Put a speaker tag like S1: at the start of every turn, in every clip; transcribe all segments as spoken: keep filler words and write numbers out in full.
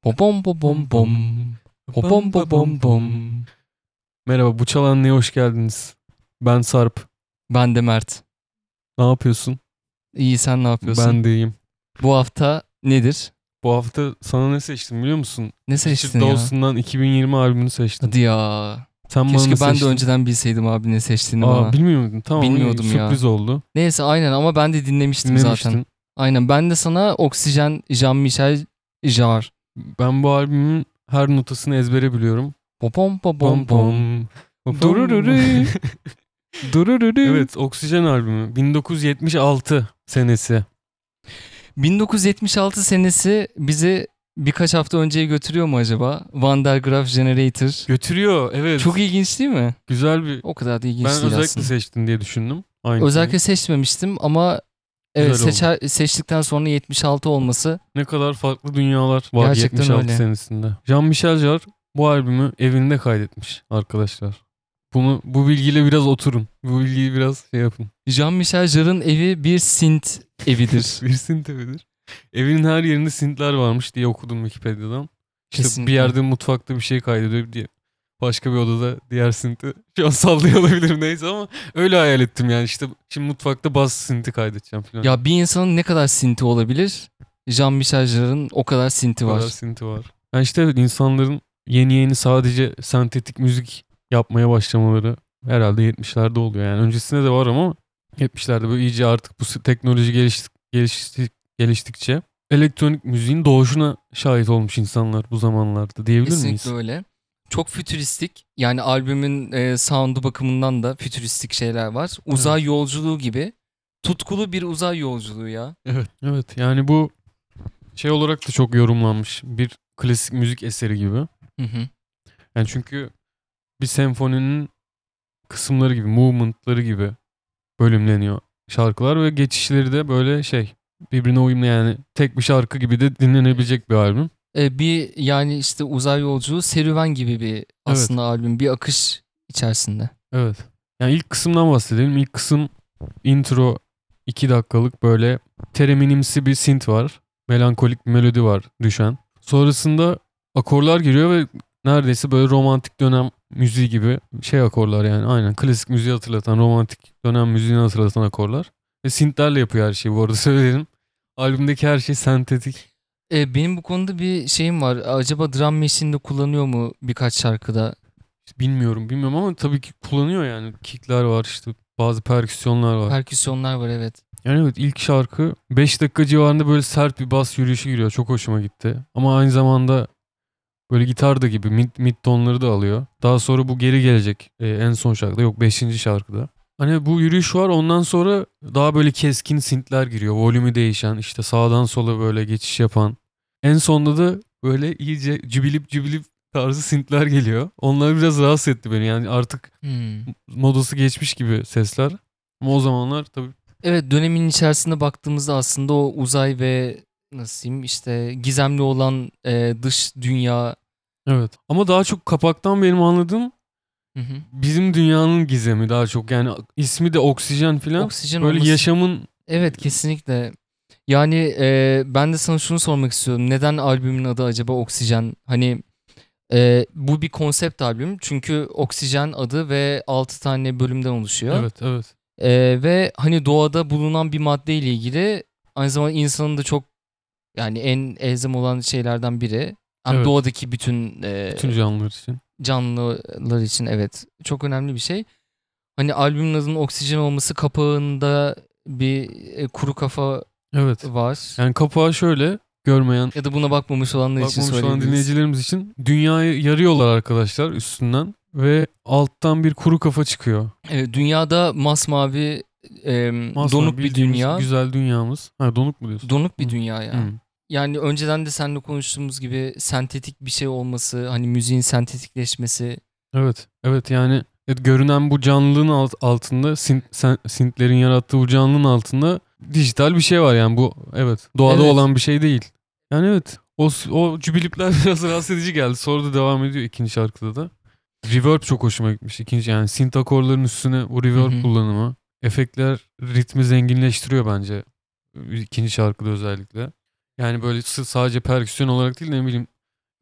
S1: Popom popom pom. Popom popom pom.
S2: Merhaba, bu çalan neye hoş geldiniz. Ben Sarp.
S1: Ben de Mert.
S2: Ne yapıyorsun?
S1: İyi, sen ne yapıyorsun?
S2: Ben de iyiyim.
S1: Bu hafta nedir?
S2: Bu hafta sana ne seçtim biliyor musun?
S1: Ne
S2: Richard
S1: seçtin ya?
S2: Dawson'dan iki bin yirmi albümünü seçtim.
S1: Hadi ya.
S2: Sen bana ne
S1: Keşke ben de
S2: seçtin?
S1: önceden bilseydim abi ne seçtiğini
S2: Aa,
S1: bana.
S2: bilmiyor muydun? Tamam,
S1: Bilmiyordum
S2: iyi,
S1: ya.
S2: sürpriz oldu.
S1: Neyse, aynen, ama ben de dinlemiştim
S2: Dinlemiştin.
S1: zaten. Aynen, ben de sana Oksijen, Jean-Michel Jarre.
S2: Ben bu albümün her notasını ezbere biliyorum.
S1: Popom popom
S2: Pom
S1: pom.
S2: pom.
S1: Durururu. Durururu.
S2: Evet, Oksijen albümü. bin dokuz yüz yetmiş altı senesi.
S1: bin dokuz yüz yetmiş altı senesi bizi birkaç hafta önceye götürüyor mu acaba? Van der Graaf Generator.
S2: Götürüyor, evet.
S1: Çok ilginç değil mi?
S2: Güzel bir...
S1: O kadar da ilginç
S2: Ben
S1: değil
S2: özellikle
S1: aslında.
S2: seçtin diye düşündüm. Aynı
S1: Özellikle
S2: şeyi.
S1: seçmemiştim ama evet,
S2: Güzel oldu.
S1: seçer, seçtikten sonra yetmiş altı olması
S2: Ne kadar farklı dünyalar var
S1: Gerçekten
S2: yetmiş altı
S1: öyle.
S2: senesinde. Jean-Michel Jarre bu albümü evinde kaydetmiş arkadaşlar. Bunu bu bilgiyle biraz oturun. Bu bilgiyi biraz şey yapın.
S1: Jean-Michel Jarre'ın evi bir synth evidir.
S2: Bir synth evidir. Evinin her yerinde synthler varmış diye okudum Wikipedia'dan. İşte
S1: Kesinlikle.
S2: bir yerde mutfakta bir şey kaydediyor diye. Başka bir odada diğer synth'i. Şu an sallıyor olabilirim neyse ama öyle hayal ettim yani. İşte şimdi mutfakta bas synth'i kaydedeceğim falan.
S1: Ya bir insanın ne kadar synth'i olabilir? Jean-Michel Jarre'ın o kadar synth'i
S2: Bu
S1: var.
S2: kadar synth'i var. Yani işte evet, insanların yeni yeni sadece sentetik müzik yapmaya başlamaları herhalde yetmişlerde oluyor. Yani öncesinde de var ama yetmişlerde böyle iyice artık bu teknoloji geliştik, geliştik, geliştikçe elektronik müziğin doğuşuna şahit olmuş insanlar bu zamanlarda diyebilir
S1: Kesinlikle
S2: miyiz?
S1: öyle. Çok fütüristik. Yani albümün e, sound'u bakımından da fütüristik şeyler var. Uzay
S2: Evet.
S1: yolculuğu gibi. Tutkulu bir uzay yolculuğu ya.
S2: Evet. Evet. Yani bu şey olarak da çok yorumlanmış. Bir klasik müzik eseri gibi.
S1: Hı hı.
S2: Yani çünkü bir senfoninin kısımları gibi, movement'ları gibi bölümleniyor şarkılar ve geçişleri de böyle şey birbirine uyumlu, yani tek bir şarkı gibi de dinlenebilecek bir albüm.
S1: E, bir yani işte uzay yolculuğu serüven gibi bir aslında albüm. Bir akış içerisinde.
S2: Evet. Yani ilk kısımdan bahsedelim. İlk kısım intro, iki dakikalık böyle tereminimsi bir synth var. Melankolik bir melodi var düşen. Sonrasında akorlar giriyor ve neredeyse böyle romantik dönem müziği gibi şey akorlar, yani aynen klasik müziği hatırlatan, romantik dönem müziğini hatırlatan akorlar. Ve synthlerle yapıyor her şeyi, bu arada söyleyelim. Albümdeki her şey sentetik.
S1: E, benim bu konuda bir şeyim var. Acaba drum machine'de kullanıyor mu birkaç şarkıda?
S2: Bilmiyorum bilmiyorum ama tabii ki kullanıyor yani. Kickler var, işte bazı perküsyonlar var.
S1: Perküsyonlar var, evet.
S2: Yani evet, ilk şarkı beş dakika civarında böyle sert bir bas yürüyüşü giriyor. Çok hoşuma gitti. Ama aynı zamanda böyle gitar da gibi mid, mid tonları da alıyor. Daha sonra bu geri gelecek e, en son şarkıda, yok beşinci şarkıda. Hani bu yürüyüş var, ondan sonra daha böyle keskin synthler giriyor. Volümü değişen, işte sağdan sola böyle geçiş yapan. En sonunda da böyle iyice cübilip cübilip tarzı synthler geliyor. Onlar biraz rahatsız etti beni. Yani artık
S1: Hmm.
S2: modası geçmiş gibi sesler. Ama o zamanlar tabii.
S1: Evet, dönemin içerisinde baktığımızda aslında o uzay ve nasıl diyeyim işte gizemli olan e, dış dünya.
S2: Evet. Ama daha çok kapaktan benim anladığım
S1: Hı hı.
S2: bizim dünyanın gizemi daha çok. Yani ismi de Oksijen falan.
S1: Oksijen
S2: Böyle
S1: olması.
S2: yaşamın.
S1: Evet, kesinlikle. Yani e, ben de sana şunu sormak istiyorum. Neden albümün adı acaba Oksijen? Hani e, bu bir konsept albüm. Çünkü Oksijen adı ve altı tane bölümden oluşuyor.
S2: Evet, evet.
S1: E, ve hani doğada bulunan bir madde ile ilgili, aynı zamanda insanın da çok yani en elzem olan şeylerden biri. Hani
S2: Evet.
S1: doğadaki bütün, e,
S2: Bütün canlılar için.
S1: canlılar için evet çok önemli bir şey. Hani albümün adının Oksijen olması, kapağında bir e, kuru kafa
S2: Evet.
S1: var.
S2: Yani kapağı şöyle, görmeyen,
S1: Ya da buna bakmamış olanlar için
S2: bakmamış olan
S1: söyleyebiliriz.
S2: dinleyicilerimiz için dünyayı yarıyorlar arkadaşlar üstünden ve alttan bir kuru kafa çıkıyor.
S1: Evet, dünyada masmavi, e,
S2: Masmavi
S1: donuk bir
S2: bildiğimiz
S1: dünya.
S2: güzel dünyamız. Ha, donuk mu diyorsun?
S1: Donuk bir
S2: Hı.
S1: dünya ya.
S2: Hı.
S1: Yani önceden de seninle konuştuğumuz gibi sentetik bir şey olması, hani müziğin sentetikleşmesi.
S2: Evet. Evet, yani evet, görünen bu canlılığın alt, altında synth, sen- synthlerin yarattığı bu canlılığın altında dijital bir şey var, yani bu evet doğada
S1: Evet.
S2: olan bir şey değil. Yani evet, o o cübilipler biraz rahatsız edici geldi. Sonra da devam ediyor ikinci şarkıda da. Reverb çok hoşuma gitmiş ikinci, yani synth akorların üstüne o reverb
S1: Hı hı.
S2: kullanımı. Efektler ritmi zenginleştiriyor bence ikinci şarkıda özellikle. Yani böyle s- sadece perküsyon olarak değil de ne bileyim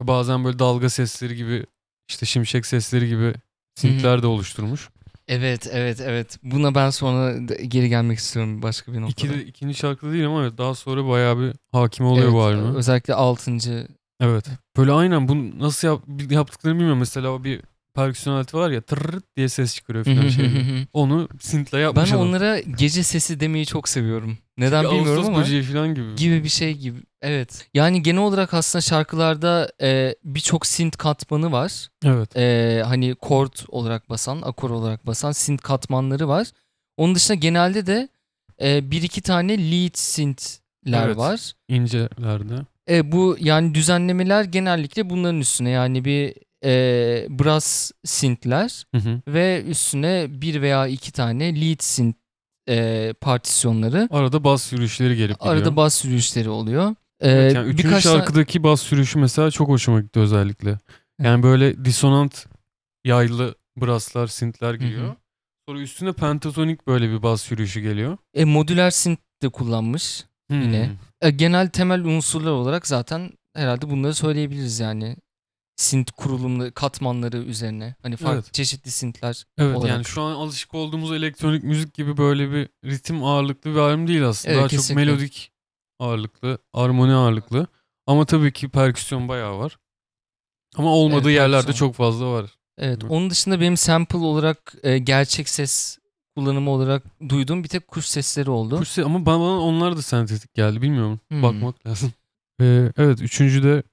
S2: Bazen böyle dalga sesleri gibi, işte şimşek sesleri gibi synth'ler de oluşturmuş.
S1: Evet, evet, evet. Buna ben sonra da geri gelmek istiyorum başka bir
S2: İki
S1: noktada.
S2: de, ikinci şarkıda değil ama evet, daha sonra bayağı bir hakim oluyor bu
S1: Evet,
S2: albüme.
S1: özellikle altıncı.
S2: Evet. Böyle aynen bunu nasıl yap, yaptıklarını bilmiyorum. Mesela o bir perküsyon aleti var ya, tırırt diye ses çıkarıyor falan şeyle. Onu synth'le
S1: Ben
S2: yapmış adam.
S1: onlara gece sesi demeyi çok seviyorum.
S2: Bir
S1: Neden bilmiyorum
S2: Ağustos
S1: ama
S2: böceği falan gibi.
S1: gibi bir şey gibi. Evet. Yani genel olarak aslında şarkılarda e, birçok synth katmanı var.
S2: Evet.
S1: E, hani chord olarak basan, akor olarak basan synth katmanları var. Onun dışında genelde de e, bir iki tane lead synth'ler
S2: Evet.
S1: var.
S2: İncelerde.
S1: E, bu yani düzenlemeler genellikle bunların üstüne, yani bir e, brass synth'ler
S2: Hı hı.
S1: ve üstüne bir veya iki tane lead synth e, partisyonları.
S2: Arada bas yürüyüşleri gelip gidiyor.
S1: Arada bas sürüşleri oluyor.
S2: Evet,
S1: E,
S2: yani üçüncü
S1: birkaç tane.
S2: şarkıdaki bas sürüşü mesela çok hoşuma gitti özellikle. Yani böyle disonant yaylı brasslar, synth'ler
S1: Hı hı.
S2: giriyor. Sonra üstüne pentatonik böyle bir bas yürüyüşü geliyor.
S1: E, modüler synth de kullanmış yine.
S2: Hmm.
S1: E, genel temel unsurlar olarak zaten herhalde bunları söyleyebiliriz yani. Synth kurulumlu katmanları üzerine. Hani farklı
S2: Evet.
S1: çeşitli synth'ler
S2: Evet, yani
S1: olarak.
S2: şu an alışık olduğumuz elektronik müzik gibi böyle bir ritim ağırlıklı bir albüm değil aslında.
S1: Evet,
S2: Daha çok
S1: kesinlikle.
S2: melodik ağırlıklı, armoni ağırlıklı. Ama tabii ki perküsyon bayağı var. Ama olmadığı
S1: Evet,
S2: yerlerde
S1: perküsyon.
S2: çok fazla var.
S1: Evet,
S2: Değil mi?
S1: onun dışında benim sample olarak e, gerçek ses kullanımı olarak duyduğum bir tek kuş sesleri oldu.
S2: Kuş se- ama bana bana onlar da sentetik geldi, bilmiyorum.
S1: Hmm.
S2: Bakmak lazım. Ee, evet, üçüncü de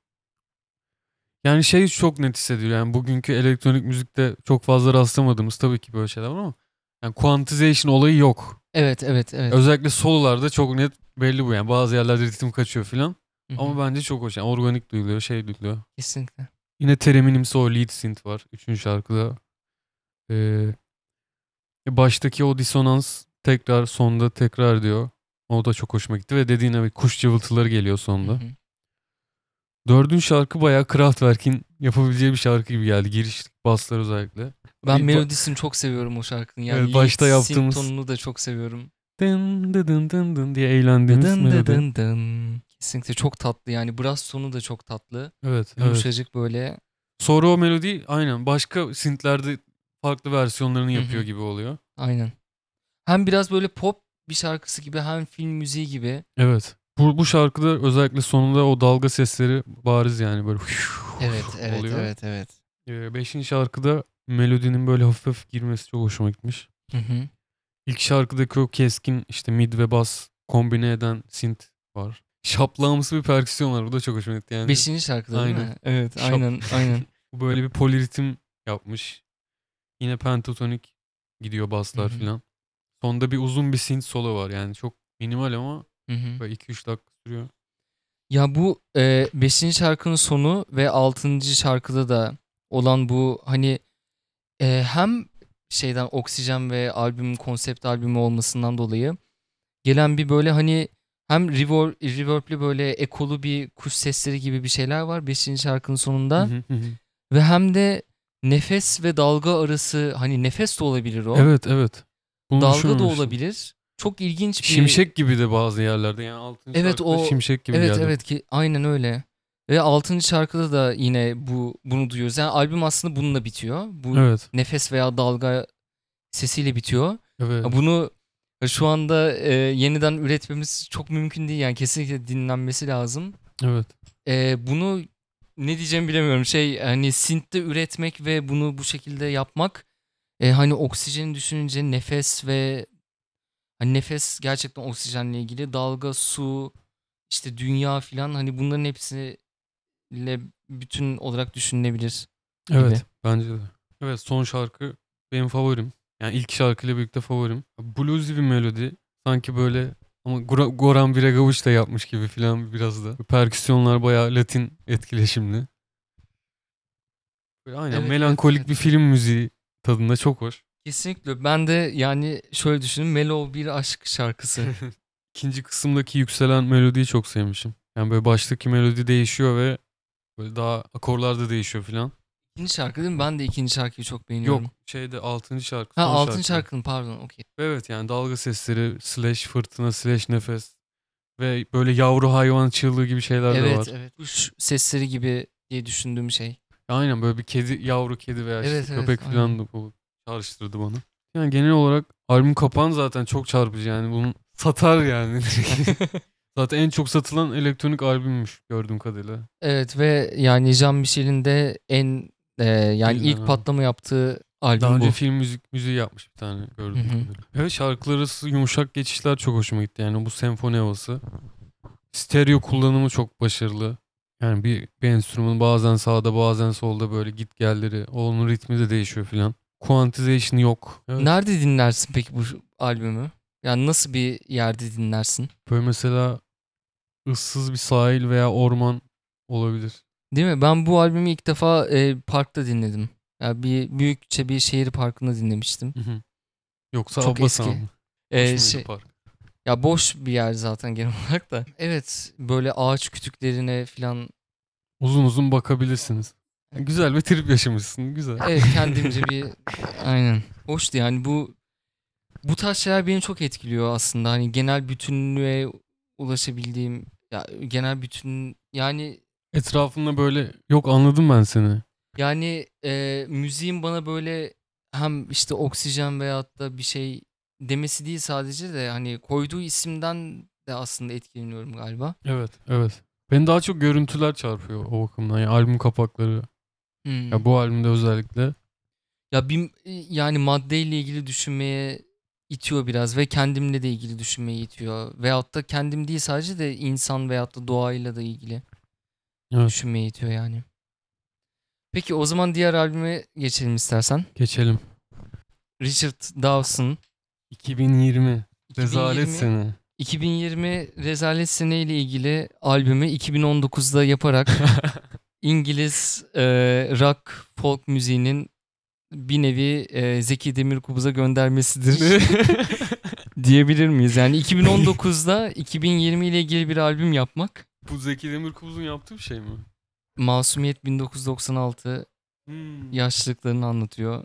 S2: yani şey çok net hissediyor. Yani bugünkü elektronik müzikte çok fazla rastlamadığımız tabii ki böyle şeyler var ama yani quantization olayı yok.
S1: Evet, evet, evet.
S2: Özellikle sololarda çok net belli bu yani. Bazı yerlerde ritim kaçıyor filan.
S1: Hı hı.
S2: Ama bence çok hoş. Yani organik duyuluyor, şey duyuluyor.
S1: Kesinlikle.
S2: Yine Tereminimsi o lead synth var. Üçüncü şarkıda. Ee, baştaki o disonans tekrar sonda tekrar diyor. O da çok hoşuma gitti ve dediğin gibi kuş cıvıltıları geliyor
S1: Hı
S2: sonda.
S1: hı.
S2: Dördüncü şarkı bayağı Kraftwerk'in yapabileceği bir şarkı gibi geldi. Giriş baslar özellikle.
S1: Ben
S2: Bir ba-
S1: melodisini çok seviyorum o şarkının.
S2: evet,
S1: Yani lead
S2: başta
S1: synth
S2: yaptığımız
S1: tonunu da çok seviyorum.
S2: dın dı dın dın dın diye eğlendiğimiz
S1: Dıdın
S2: melodi.
S1: dıdın dın. Kesinlikle çok tatlı yani. Brass tonu da çok tatlı.
S2: Evet, evet.
S1: Yumuşacık böyle.
S2: Sonra o melodi aynen başka synth'lerde farklı versiyonlarını
S1: Hı
S2: yapıyor
S1: hı.
S2: gibi oluyor.
S1: Aynen. Hem biraz böyle pop bir şarkısı gibi hem film müziği gibi.
S2: Evet. Bu, bu şarkıda özellikle sonunda o dalga sesleri bariz, yani böyle
S1: Evet, evet,
S2: oluyor.
S1: evet, evet.
S2: Ee, beşinci şarkıda melodinin böyle hafif hafif girmesi çok hoşuma gitmiş.
S1: Hı hı.
S2: İlk şarkıdaki o keskin işte mid ve bass kombine eden synth var. Şaplağımsı bir perküsyon var. Bu da çok hoşuma gitti yani.
S1: Beşinci şarkıda değil
S2: Aynen.
S1: mi? Evet,
S2: Şap.
S1: aynen, aynen.
S2: Bu böyle bir poliritim yapmış. Yine pentatonik gidiyor
S1: Hı
S2: basslar
S1: hı.
S2: filan. Sonda bir uzun bir synth solo var. Yani çok minimal ama
S1: Hı hı.
S2: böyle iki üç dakika sürüyor.
S1: Ya bu e, beşinci şarkının sonu ve altıncı şarkıda da olan bu hani e, hem şeyden Oksijen ve albümün konsept albümü olmasından dolayı gelen bir böyle hani hem reverb, reverb'li böyle ekolu bir kuş sesleri gibi bir şeyler var beşinci şarkının
S2: Hı
S1: sonunda
S2: hı hı. hı.
S1: ve hem de nefes ve dalga arası, hani nefes de olabilir o,
S2: Evet, evet. Bunu
S1: dalga da
S2: düşünmemiştim.
S1: olabilir. Çok ilginç bir.
S2: Şimşek gibi de bazı yerlerde. Yani altıncı
S1: Evet,
S2: şarkıda
S1: o
S2: şimşek gibi
S1: evet,
S2: geldi.
S1: evet ki aynen öyle. Ve altıncı şarkıda da yine bu bunu duyuyoruz. Yani albüm aslında bununla bitiyor. Bu
S2: Evet.
S1: nefes veya dalga sesiyle bitiyor.
S2: Evet.
S1: Ya bunu şu anda e, yeniden üretmemiz çok mümkün değil, yani kesinlikle dinlenmesi lazım.
S2: Evet.
S1: E, bunu ne diyeceğimi bilemiyorum. Şey, hani synth'te üretmek ve bunu bu şekilde yapmak, e, hani oksijeni düşününce nefes ve hani nefes gerçekten oksijenle ilgili, dalga, su, işte dünya filan, hani bunların hepsiyle bütün olarak düşünülebilir gibi.
S2: Evet. Bence de. Evet, son şarkı benim favorim. Yani ilk şarkıyla birlikte favorim. Bluesy bir melodi. Sanki böyle ama Gora- Goran Bregovic de yapmış gibi filan biraz da. Perküsyonlar bayağı Latin etkileşimli. Böyle aynen
S1: Evet, evet,
S2: melankolik bir
S1: evet.
S2: film müziği tadında, çok hoş.
S1: Kesinlikle. Ben de yani şöyle düşünün, Mellow bir aşk şarkısı.
S2: İkinci kısımdaki yükselen melodiyi çok sevmişim. Yani böyle baştaki melodi değişiyor ve böyle daha akorlar da değişiyor filan.
S1: İkinci şarkı değil mi? Ben de ikinci şarkıyı çok beğeniyorum.
S2: Yok, şeyde altıncı şarkı,
S1: Ha,
S2: son
S1: altıncı
S2: şarkıda.
S1: şarkının, pardon, okey.
S2: Evet, yani dalga sesleri slash fırtına slash nefes ve böyle yavru hayvan çığlığı gibi şeyler de
S1: Evet,
S2: var.
S1: evet. Kuş sesleri gibi diye düşündüğüm şey.
S2: Aynen böyle bir kedi, yavru kedi veya işte
S1: Evet, evet,
S2: köpek
S1: aynen.
S2: falan da bu çağrıştırdı bana. Yani genel olarak albüm kapağın zaten çok çarpıcı yani bunu satar yani. Zaten en çok satılan elektronik albümmüş gördüğüm kadarıyla.
S1: Evet ve yani Jean-Michel'in de en e, yani
S2: Bilinen
S1: ilk
S2: abi.
S1: patlama yaptığı
S2: Daha
S1: albüm
S2: önce
S1: bu.
S2: film müzik müziği yapmış bir tane
S1: Hı
S2: gördüğüm
S1: hı.
S2: kadarıyla. Evet, şarkılar arası yumuşak geçişler çok hoşuma gitti. Yani bu senfoni havası. Stereo kullanımı çok başarılı. Yani bir, bir enstrüman bazen sağda bazen solda böyle git gelleri. Onun ritmi de değişiyor filan. Quantization yok. Evet.
S1: Nerede dinlersin peki bu albümü? Yani nasıl bir yerde dinlersin?
S2: Böyle mesela ıssız bir sahil veya orman olabilir.
S1: Değil mi? Ben bu albümü ilk defa e, parkta dinledim. Yani bir büyükçe bir şehir parkında dinlemiştim.
S2: Hı hı. Yoksa
S1: Çok
S2: Abbasam
S1: eski.
S2: mı? Boş
S1: E,
S2: muydu
S1: şey
S2: park?
S1: ya boş bir yer zaten genel olarak da. Evet, böyle ağaç kütüklerine falan.
S2: Uzun uzun bakabilirsiniz. Güzel bir trip yaşamışsın. Güzel.
S1: Evet, kendimce bir aynen. Hoştu yani bu bu tarz şeyler beni çok etkiliyor aslında. Hani genel bütünlüğe ulaşabildiğim ya genel bütün yani
S2: Etrafında böyle yok, anladım ben seni.
S1: yani e, müziğin bana böyle hem işte oksijen veyahut da bir şey demesi değil sadece de hani koyduğu isimden de aslında etkileniyorum galiba.
S2: Evet, evet. Beni daha çok görüntüler çarpıyor o bakımdan. Yani albüm kapakları.
S1: Hmm.
S2: Ya bu albümde özellikle.
S1: Ya bir yani maddeyle ilgili düşünmeye itiyor biraz ve kendimle de ilgili düşünmeye itiyor. Veyahut da kendim değil sadece de insan veyahut da doğayla da ilgili
S2: Evet,
S1: düşünmeye itiyor yani. Peki o zaman diğer albüme geçelim istersen.
S2: geçelim.
S1: Richard Dawson
S2: iki bin yirmi. Rezalet
S1: iki bin yirmi
S2: sene.
S1: iki bin yirmi Rezalet Sene ile ilgili albümü iki bin on dokuzda yaparak İngiliz e, rock folk müziğinin bir nevi e, Zeki Demirkubuz'a göndermesidir diyebilir miyiz? Yani iki bin on dokuzda iki bin yirmi ile ilgili bir albüm yapmak.
S2: Bu Zeki Demirkubuz'un yaptığı bir şey mi?
S1: Masumiyet bin dokuz yüz doksan altı
S2: Hmm.
S1: yaşlılıklarını anlatıyor.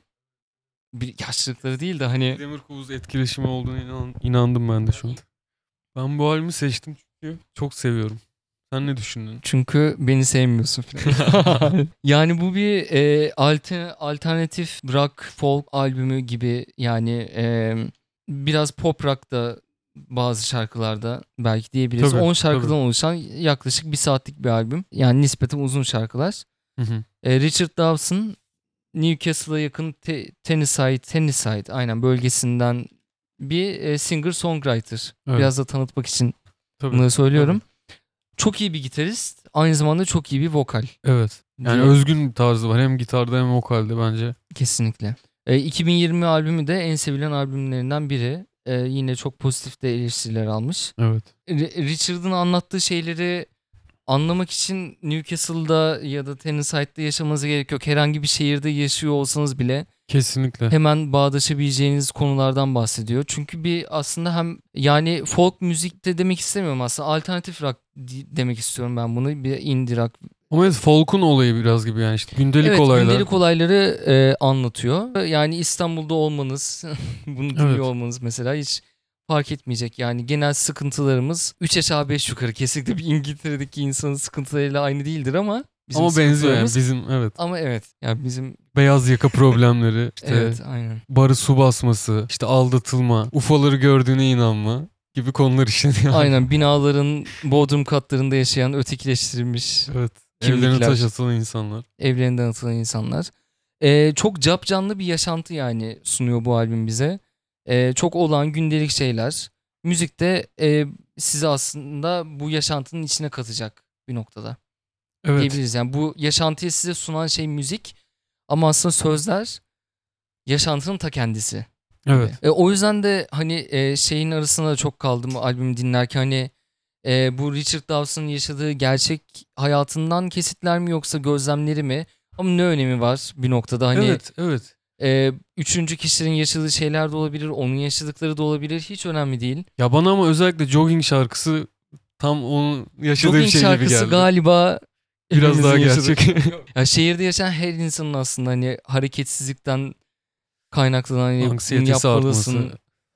S1: Bir, yaşlılıkları değil de hani
S2: Demirkubuz etkileşimi olduğunu inan- inandım ben de şu an. Ben bu albümü seçtim çünkü çok seviyorum. Sen ne düşündün?
S1: çünkü beni sevmiyorsun falan. Yani bu bir e, alter- alternatif rock folk albümü gibi yani e, biraz pop rock da bazı şarkılarda belki diyebiliriz.
S2: Tabii,
S1: on
S2: tabii.
S1: şarkıdan oluşan yaklaşık bir saatlik bir albüm. Yani nispeten uzun şarkılar.
S2: Hı hı.
S1: E, Richard Dawson Newcastle'a yakın Te- Tennessee, Tennessee aynen bölgesinden bir e, singer-songwriter.
S2: Evet.
S1: Biraz da tanıtmak için
S2: Tabii.
S1: bunları söylüyorum. Çok iyi bir gitarist, aynı zamanda çok iyi bir vokal.
S2: Evet. Yani
S1: diye-
S2: özgün bir tarzı var. Hem gitarda hem vokalde bence.
S1: Kesinlikle. E, iki bin yirmi albümü de en sevilen albümlerinden biri. E, yine çok pozitif de eleştiriler almış.
S2: Evet.
S1: R- Richard'ın anlattığı şeyleri anlamak için Newcastle'da ya da Tennessee'de yaşamanıza gerek yok. Herhangi bir şehirde yaşıyor olsanız bile
S2: Kesinlikle.
S1: hemen bağdaşabileceğiniz konulardan bahsediyor. Çünkü bir aslında hem yani folk müzikte demek istemiyorum aslında. Alternatif rock di- demek istiyorum ben bunu. Bir indie rock.
S2: Ama evet, folk'un olayı biraz gibi yani işte gündelik
S1: Evet,
S2: olaylar.
S1: gündelik olayları e, anlatıyor. Yani İstanbul'da olmanız, bunu dinliyor
S2: Evet.
S1: olmanız mesela hiç fark etmeyecek. Yani genel sıkıntılarımız üç aşağı beş yukarı kesinlikle bir İngiltere'deki insanın sıkıntılarıyla aynı değildir ama bizim
S2: Ama benziyor yani
S1: sıkıntılarımız-
S2: bizim, evet.
S1: Ama evet yani bizim
S2: Beyaz yaka problemleri, işte
S1: evet aynen.
S2: barı su basması, işte aldatılma, ufaları gördüğüne inanma gibi konular işleniyor.
S1: Aynen, binaların bodrum katlarında yaşayan ötekileştirilmiş
S2: Evet.
S1: Kimlikler.
S2: Evlerine taş atılan insanlar.
S1: evlerinden atılan insanlar. Ee, çok capcanlı bir yaşantı yani sunuyor bu albüm bize. Ee, çok olağan gündelik şeyler. Müzikte e, sizi aslında bu yaşantının içine katacak bir noktada
S2: Evet.
S1: diyebiliriz. Yani bu yaşantıyı size sunan şey müzik ama aslında sözler yaşantının ta kendisi. gibi.
S2: Evet.
S1: E, o yüzden de hani e, şeyin arasında da çok kaldım albümü dinlerken hani e, bu Richard Dawson'ın yaşadığı gerçek hayatından kesitler mi yoksa gözlemleri mi? Ama ne önemi var bir noktada hani
S2: Evet, evet.
S1: e, üçüncü kişilerin yaşadığı şeyler de olabilir, onun yaşadıkları da olabilir, hiç önemli değil.
S2: Ya bana ama özellikle Jogging şarkısı tam onun yaşadığı bir
S1: Jogging
S2: şey gibi
S1: şarkısı
S2: geldi.
S1: galiba
S2: Biraz daha
S1: hepimizin yaşadığı-
S2: gerçek.
S1: Ya şehirde yaşayan her insanın aslında hani hareketsizlikten kaynaklanan hani bunu
S2: Anksiyetesi
S1: yapmalısın.
S2: artması.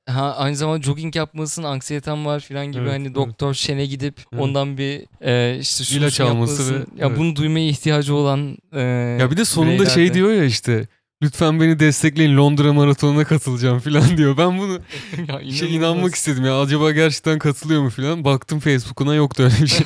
S1: Ha, aynı zamanda jogging yapmasın, anksiyetem var falan gibi
S2: Evet,
S1: hani
S2: evet.
S1: doktor Şen'e gidip
S2: Evet.
S1: ondan bir e, işte şunu
S2: İlaç
S1: şunu
S2: alması
S1: yapmalısın.
S2: ve
S1: Ya
S2: evet.
S1: bunu duymaya ihtiyacı olan e,
S2: Ya bir de sonunda şey
S1: bireylerde.
S2: diyor ya işte lütfen beni destekleyin Londra Maratonu'na katılacağım falan diyor. Ben bunu
S1: Ya
S2: şey inanmak
S1: inanılmaz.
S2: istedim ya acaba gerçekten katılıyor mu falan. Baktım Facebook'una yoktu öyle bir şey.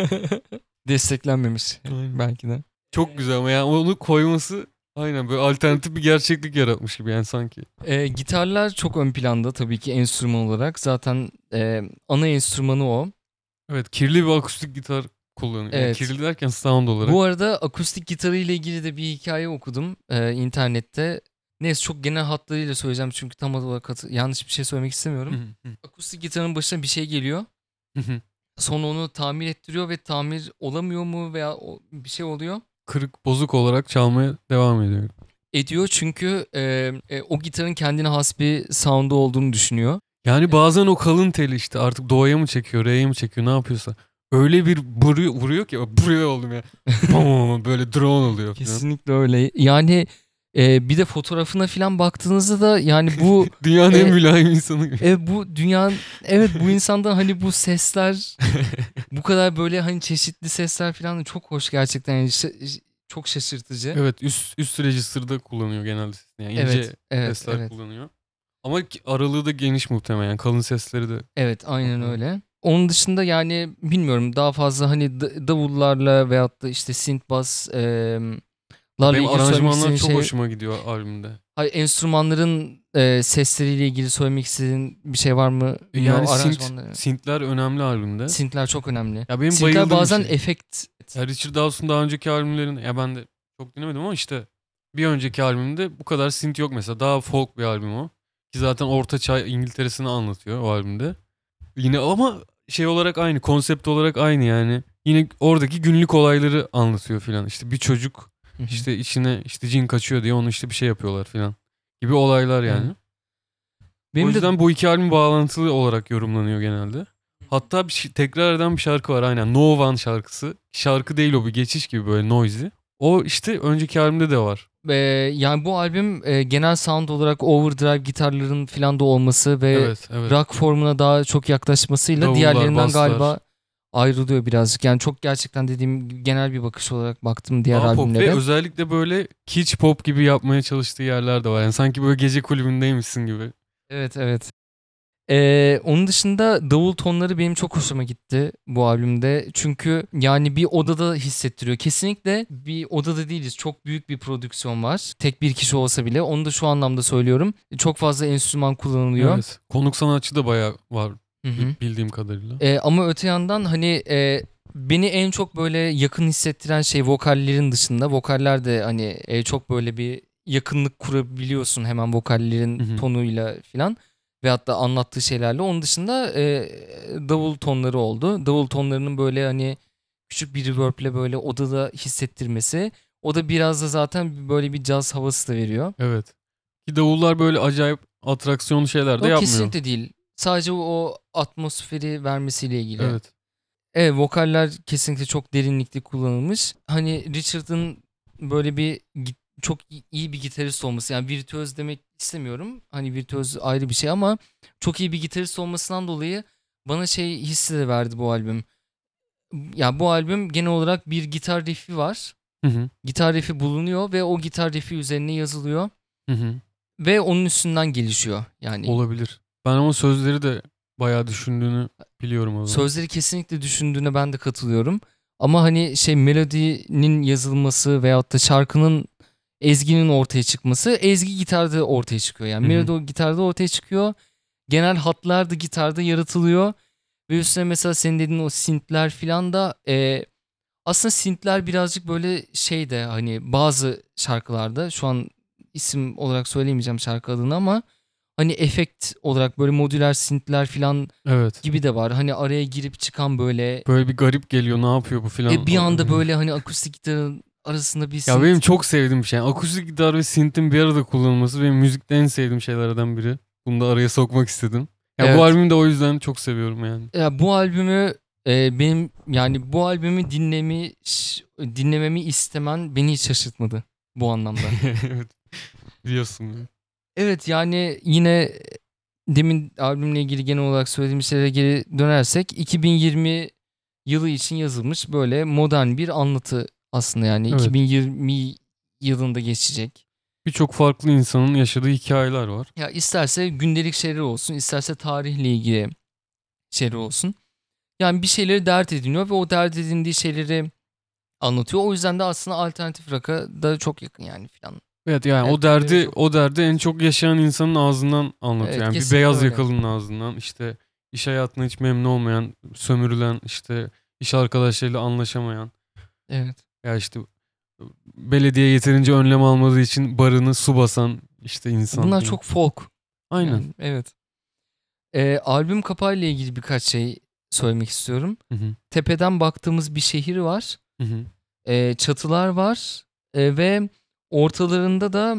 S1: Desteklenmemiş
S2: Aynen.
S1: belki de.
S2: Çok güzel ama yani onu koyması aynen böyle alternatif bir gerçeklik yaratmış gibi yani sanki.
S1: E, gitarlar çok ön planda tabii ki enstrüman olarak. Zaten e, ana enstrümanı o.
S2: Evet kirli bir akustik gitar kullanıyor. Yani
S1: Evet.
S2: kirli derken sound olarak.
S1: Bu arada akustik gitarı ile ilgili de bir hikaye okudum e, internette. Neyse çok genel hatlarıyla söyleyeceğim çünkü tam olarak hatı- yanlış bir şey söylemek
S2: Hı
S1: istemiyorum.
S2: hı, hı
S1: Akustik gitarın başına bir şey geliyor.
S2: hı, hı.
S1: Sonra onu tamir ettiriyor ve tamir olamıyor mu veya o- bir şey oluyor.
S2: Kırık bozuk olarak çalmaya devam ediyor.
S1: Ediyor çünkü e, e, o gitarın kendine has bir sound'u olduğunu düşünüyor.
S2: Yani bazen o kalın teli işte artık doğaya mı çekiyor, re'ye mi çekiyor ne yapıyorsa. Öyle bir vuruyor, vuruyor ki buraya oldum ya. Bam, böyle drone oluyor falan.
S1: Kesinlikle öyle. Yani e, bir de fotoğrafına falan baktığınızda da yani bu
S2: Dünyanın en
S1: e,
S2: mülayim insanı gibi.
S1: e, bu dünyanın evet bu insandan hani bu sesler bu kadar böyle hani çeşitli sesler falan da çok hoş gerçekten. Yani şa- çok şaşırtıcı.
S2: Evet üst, üst register'da kullanıyor genelde sesini. Yani
S1: Evet,
S2: ince
S1: evet,
S2: sesler
S1: evet.
S2: kullanıyor. Ama ki- aralığı da geniş muhtemelen. Yani kalın sesleri de.
S1: Evet, aynen
S2: Aha.
S1: öyle. Onun dışında yani bilmiyorum daha fazla hani d- davullarla veyahut da işte synth bass eee,
S2: Ya
S1: larla
S2: benim
S1: ilgili söylemek
S2: aranjmanlar
S1: istediğin
S2: çok
S1: şey,
S2: hoşuma gidiyor albümde.
S1: hayır, enstrümanların eee, sesleriyle ilgili söylemek istediğin bir şey var mı? Yine o
S2: Yani synth,
S1: aranjmanları.
S2: synthler önemli albümde.
S1: Synth'ler çok önemli.
S2: Ya benim
S1: Synth'ler
S2: bayıldığım bir
S1: bazen
S2: şey.
S1: efekt.
S2: Ya Richard Dawson daha önceki albümlerini ya ben de çok dinlemedim ama işte bir önceki albümde bu kadar synth yok mesela. Daha folk bir albüm o. Ki zaten Orta Çağ İngiltere'sini anlatıyor o albümde. Yine ama şey olarak aynı, konsept olarak aynı yani. Yine oradaki günlük olayları anlatıyor filan. İşte bir çocuk
S1: Hı hı.
S2: işte içine işte cin kaçıyor diye onu işte bir şey yapıyorlar filan. Gibi olaylar
S1: Evet.
S2: yani. O
S1: Benim de
S2: yüzden bu iki albüm bağlantılı olarak yorumlanıyor genelde. Hatta bir şey, tekrar eden bir şarkı var aynen. No One şarkısı. Şarkı değil o bir geçiş gibi böyle noisy. O işte önceki albümde de var.
S1: Ee, yani bu albüm e, genel sound olarak overdrive gitarların falan da olması ve
S2: Evet evet.
S1: rock formuna daha çok yaklaşmasıyla
S2: Davullar,
S1: diğerlerinden
S2: baslar.
S1: galiba ayrılıyor birazcık. Yani çok gerçekten dediğim gibi genel bir bakış olarak baktım diğer
S2: Daha pop ve
S1: albümlere.
S2: özellikle böyle kitsch pop gibi yapmaya çalıştığı yerler de var. Yani sanki böyle gece kulübündeymişsin gibi.
S1: Evet, evet. Ee, onun dışında davul tonları benim çok hoşuma gitti bu albümde. Çünkü yani bir odada hissettiriyor. Kesinlikle bir odada değiliz. Çok büyük bir prodüksiyon var. Tek bir kişi olsa bile. Onu da şu anlamda söylüyorum. Çok fazla enstrüman kullanılıyor.
S2: Evet. Konuk sanatçı da bayağı var
S1: Hı
S2: bi-
S1: hı.
S2: bildiğim kadarıyla.
S1: Ee, ama öte yandan hani e, beni en çok böyle yakın hissettiren şey vokallerin dışında. Vokaller de hani e, çok böyle bir yakınlık kurabiliyorsun hemen
S2: Hı
S1: vokallerin
S2: hı.
S1: tonuyla filan. Ve hatta anlattığı şeylerle. Onun dışında e, davul tonları oldu. Davul tonlarının böyle hani küçük bir reverb'le böyle odada hissettirmesi. O da biraz da zaten böyle bir caz havası da veriyor.
S2: Evet. Ki davullar böyle acayip atraksiyonlu şeyler de
S1: O
S2: yapmıyor.
S1: kesinlikle değil. Sadece o atmosferi vermesiyle ilgili.
S2: Evet.
S1: Evet, vokaller kesinlikle çok derinlikli kullanılmış. Hani Richard'ın böyle bir gi- çok i- iyi bir gitarist olması, yani virtüöz demek istemiyorum. Hani virtüöz ayrı bir şey ama çok iyi bir gitarist olmasından dolayı bana şey hissi de verdi bu albüm. Ya bu albüm genel olarak bir gitar riffi var.
S2: Hı hı.
S1: Gitar riffi bulunuyor ve o gitar riffi üzerine yazılıyor
S2: Hı hı.
S1: ve onun üstünden gelişiyor. Yani
S2: Olabilir. Ben ama sözleri de bayağı düşündüğünü biliyorum o zaman.
S1: sözleri kesinlikle düşündüğüne ben de katılıyorum. Ama hani şey melodinin yazılması veyahut da şarkının ezginin ortaya çıkması, ezgi gitarda ortaya çıkıyor. Yani
S2: Hı hı.
S1: melodi o gitarda ortaya çıkıyor. Genel hatlar da gitarda yaratılıyor. Ve üstüne mesela senin dediğin o synthler filan da e, aslında synthler birazcık böyle şey de hani bazı şarkılarda şu an isim olarak söyleyemeyeceğim şarkı adını ama hani efekt olarak böyle modüler synthler filan
S2: Evet.
S1: gibi de var. Hani araya girip çıkan böyle
S2: Böyle bir garip geliyor ne yapıyor bu
S1: e,
S2: filan.
S1: bir anda böyle hani akustik gitarın arasında bir
S2: Ya benim
S1: synth.
S2: çok sevdiğim bir şey. Yani akustik gitar ve synth'in bir arada kullanılması benim müzikte en sevdiğim şeylerden biri. Bunu da araya sokmak istedim. Ya bu
S1: Evet.
S2: albümü de o yüzden çok seviyorum yani.
S1: Ya bu albümü e, benim yani bu albümü dinlemi dinlememi istemen beni hiç şaşırtmadı bu anlamda.
S2: Evet. Biliyorsun.
S1: Evet yani yine demin albümle ilgili genel olarak söylediğim şeylere geri dönersek iki bin yirmi yılı için yazılmış böyle modern bir anlatı aslında yani
S2: Evet.
S1: iki bin yirmi yılında geçecek.
S2: Birçok farklı insanın yaşadığı hikayeler var.
S1: Ya isterse gündelik şeyler olsun, isterse tarihle ilgili şeyler olsun. Yani bir şeyleri dert ediniyor ve o dert edindiği şeyleri anlatıyor. O yüzden de aslında alternatif rock'a da çok yakın yani filan.
S2: Evet yani
S1: Evet,
S2: o derdi
S1: türleri çok-
S2: o derdi en çok yaşayan insanın ağzından anlatıyor.
S1: Evet,
S2: yani bir
S1: kesinlikle
S2: beyaz
S1: öyle.
S2: yakalının ağzından işte iş hayatına hiç memnun olmayan, sömürülen, işte iş arkadaşlarıyla anlaşamayan,
S1: Evet.
S2: ya işte belediye yeterince önlem almadığı için barını su basan işte insan.
S1: Bunlar
S2: falan.
S1: çok folk.
S2: Aynen.
S1: Yani, evet. Ee, albüm kapağıyla ilgili birkaç şey söylemek istiyorum.
S2: Hı hı.
S1: Tepeden baktığımız bir şehir var.
S2: Hı hı.
S1: Ee, çatılar var. Ee, ve ortalarında da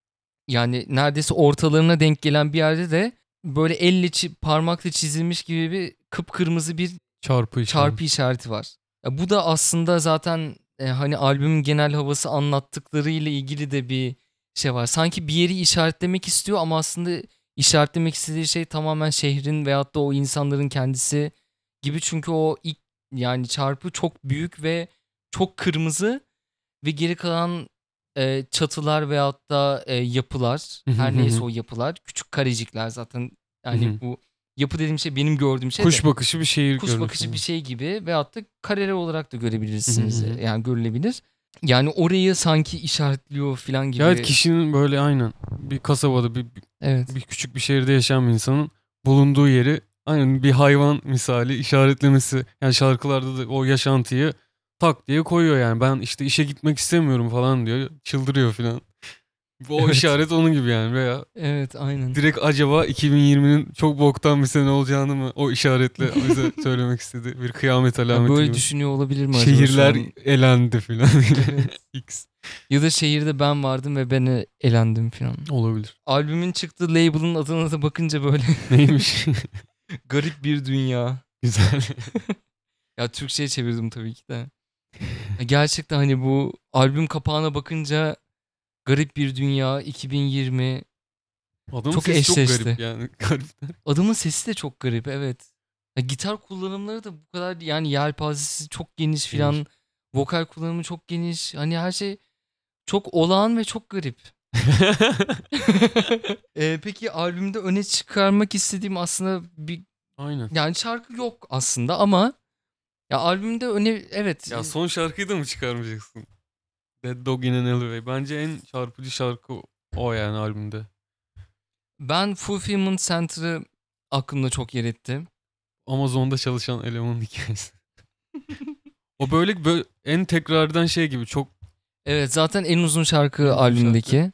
S1: yani neredeyse ortalarına denk gelen bir yerde de böyle elle çi- parmakla çizilmiş gibi bir kıpkırmızı bir
S2: Çarpı işareti.
S1: çarpı işareti var. Ya bu da aslında zaten e, hani albümün genel havası anlattıklarıyla ilgili de bir şey var. Sanki bir yeri işaretlemek istiyor ama aslında işaretlemek istediği şey tamamen şehrin veyahut da o insanların kendisi gibi. Çünkü o ilk yani çarpı çok büyük ve çok kırmızı ve geri kalan e, çatılar veyahut da e, yapılar,
S2: Hı hı
S1: her
S2: hı
S1: neyse
S2: hı.
S1: o yapılar, küçük karecikler zaten.
S2: Hı
S1: Yani
S2: hı.
S1: bu yapı dediğim şey benim gördüğüm şey de
S2: Kuş bakışı bir şehir
S1: kuş
S2: görmüş.
S1: bakışı bir şey gibi veyahut da kareler olarak da görebilirsiniz.
S2: Hı hı hı.
S1: Yani görülebilir. Yani orayı sanki işaretliyor falan gibi.
S2: Ya evet, kişinin böyle aynen bir kasabada bir,
S1: Evet.
S2: bir küçük bir şehirde yaşayan bir insanın bulunduğu yeri aynen bir hayvan misali işaretlemesi. Yani şarkılarda da o yaşantıyı tak diye koyuyor yani. Ben işte işe gitmek istemiyorum falan diyor. Çıldırıyor falan. Bu o
S1: Evet.
S2: işaret onun gibi yani veya
S1: Evet, aynen.
S2: direkt acaba iki bin yirminin çok boktan bir sene olacağını mı o işaretle bize söylemek istedi. Bir kıyamet
S1: Ya
S2: alameti
S1: böyle
S2: gibi.
S1: düşünüyor olabilir mi acaba şu
S2: Şehirler
S1: an?
S2: elendi falan.
S1: Evet.
S2: X
S1: Ya da şehirde ben vardım ve ben e- elendim falan.
S2: olabilir.
S1: Albümün çıktığı label'ın adına da bakınca böyle
S2: Neymiş?
S1: garip bir dünya.
S2: Güzel.
S1: Ya Türkçe'ye çevirdim tabii ki de. Ya gerçekten hani bu albüm kapağına bakınca garip bir dünya iki bin yirmi
S2: Adamın
S1: çok
S2: sesi çok
S1: eşleşti.
S2: garip yani. Garip.
S1: Adamın sesi de çok garip, evet. Ya gitar kullanımları da bu kadar yani yelpazesi çok geniş
S2: Geniş.
S1: filan. Vokal kullanımı çok geniş. Hani her şey çok olağan ve çok garip. Ee, peki albümde öne çıkarmak istediğim aslında bir
S2: Aynen.
S1: yani şarkı yok aslında ama ya albümde öne evet
S2: Ya son şarkıyı da mı çıkarmayacaksın? Dead Dog in an Alleyway. Bence en çarpıcı şarkı o yani albümde.
S1: ben Fulfillment Center'ı aklımda çok yer etti.
S2: Amazon'da çalışan elemanın hikayesi. O böyle, böyle en tekrardan şey gibi çok
S1: Evet, zaten en uzun şarkı
S2: en uzun
S1: albümdeki.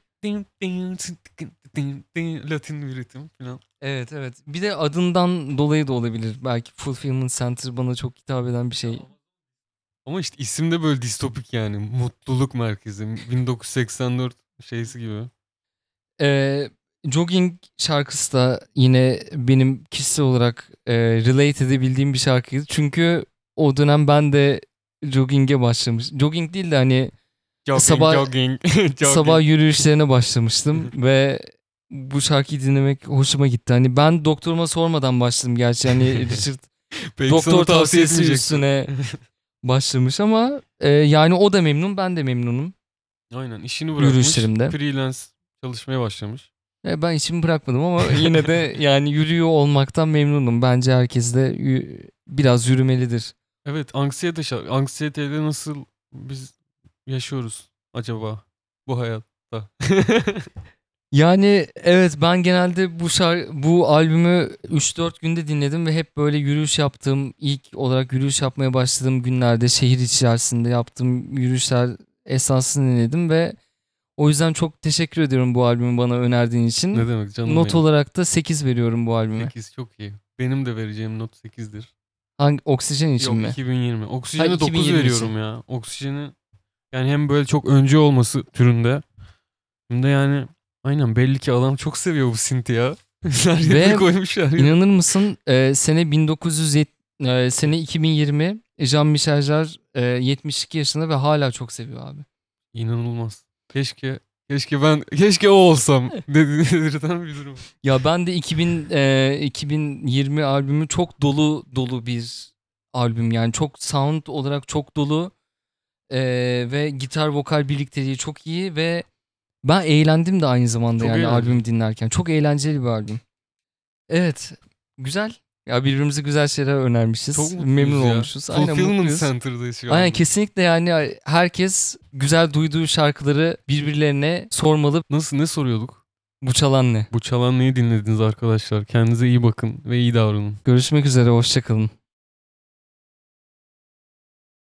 S2: Latin bir ritim falan.
S1: Evet, evet. Bir de adından dolayı da olabilir. Belki Fulfillment Center bana çok hitap eden bir şey.
S2: Ama işte isim de böyle distopik yani. Mutluluk merkezi. bin dokuz yüz seksen dört şeysi gibi.
S1: Ee, Jogging şarkısı da yine benim kişisel olarak e, relate edebildiğim bir şarkıydı. Çünkü o dönem ben de jogging'e başlamış. Jogging değil de hani
S2: Jogging,
S1: sabah
S2: jogging, jogging.
S1: sabah yürüyüşlerine başlamıştım ve bu şarkıyı dinlemek hoşuma gitti. Hani ben doktoruma sormadan başladım gerçi. Hani Richard
S2: Belki
S1: doktor
S2: sana tavsiye
S1: tavsiyesi
S2: etmeyecektim.
S1: üstüne başlamış ama e, yani o da memnun, ben de memnunum.
S2: Aynen, işini bırakmış.
S1: Yürüyüşlerimde.
S2: Freelance çalışmaya başlamış.
S1: E, ben işimi bırakmadım ama yine de yani yürüyor olmaktan memnunum. Bence herkes de yü- biraz yürümelidir.
S2: Evet, anksiyete şarkı. Anksiyeteyle nasıl biz yaşıyoruz acaba bu hayatta?
S1: Yani evet, ben genelde bu şar bu albümü üç dört günde dinledim ve hep böyle yürüyüş yaptığım, ilk olarak yürüyüş yapmaya başladığım günlerde şehir içerisinde yaptığım yürüyüşler esasını dinledim ve o yüzden çok teşekkür ediyorum bu albümü bana önerdiğin için.
S2: Ne demek canım
S1: Not
S2: benim.
S1: olarak da sekiz veriyorum bu albüme.
S2: sekiz çok iyi. Benim de vereceğim not sekizdir.
S1: Hangi oksijen için
S2: Yok,
S1: mi?
S2: iki bin yirmi.
S1: Ha,
S2: Oksijene
S1: iki bin
S2: dokuz
S1: yirmi
S2: veriyorum
S1: için.
S2: ya. Oksijeni yani hem böyle çok öncü olması türünde hem de yani aynen belli ki adam çok seviyor bu synth'i ya. Her yerine
S1: Ve
S2: koymuşlar ya.
S1: İnanır mısın e, sene bin dokuz yüz yetmiş e, sene iki bin yirmi Jean-Michel Jarre e, yetmiş iki yaşında ve hala çok seviyor abi.
S2: İnanılmaz. Keşke Keşke ben, keşke o olsam dedirten bir durum.
S1: Ya ben de iki bin e, iki bin yirmi albümü çok dolu dolu bir albüm. Yani çok sound olarak çok dolu. E, ve gitar vokal birlikteliği çok iyi ve ben eğlendim de aynı zamanda
S2: Çok
S1: yani
S2: eğlenceli.
S1: albümü dinlerken. Çok eğlenceli bir albüm. Evet. Güzel. Ya birbirimize güzel şeyler önermişiz.
S2: Çok mutluyuz
S1: Memnun
S2: ya.
S1: olmuşuz. Aynen
S2: Fulfillment
S1: mutluyuz.
S2: Center'dayız şu an.
S1: Aynen kesinlikle yani herkes güzel duyduğu şarkıları birbirlerine sormalı.
S2: Nasıl, ne soruyorduk?
S1: Bu çalan ne?
S2: Bu çalan neyi dinlediniz arkadaşlar? Kendinize iyi bakın ve iyi davranın.
S1: Görüşmek üzere. Hoşçakalın.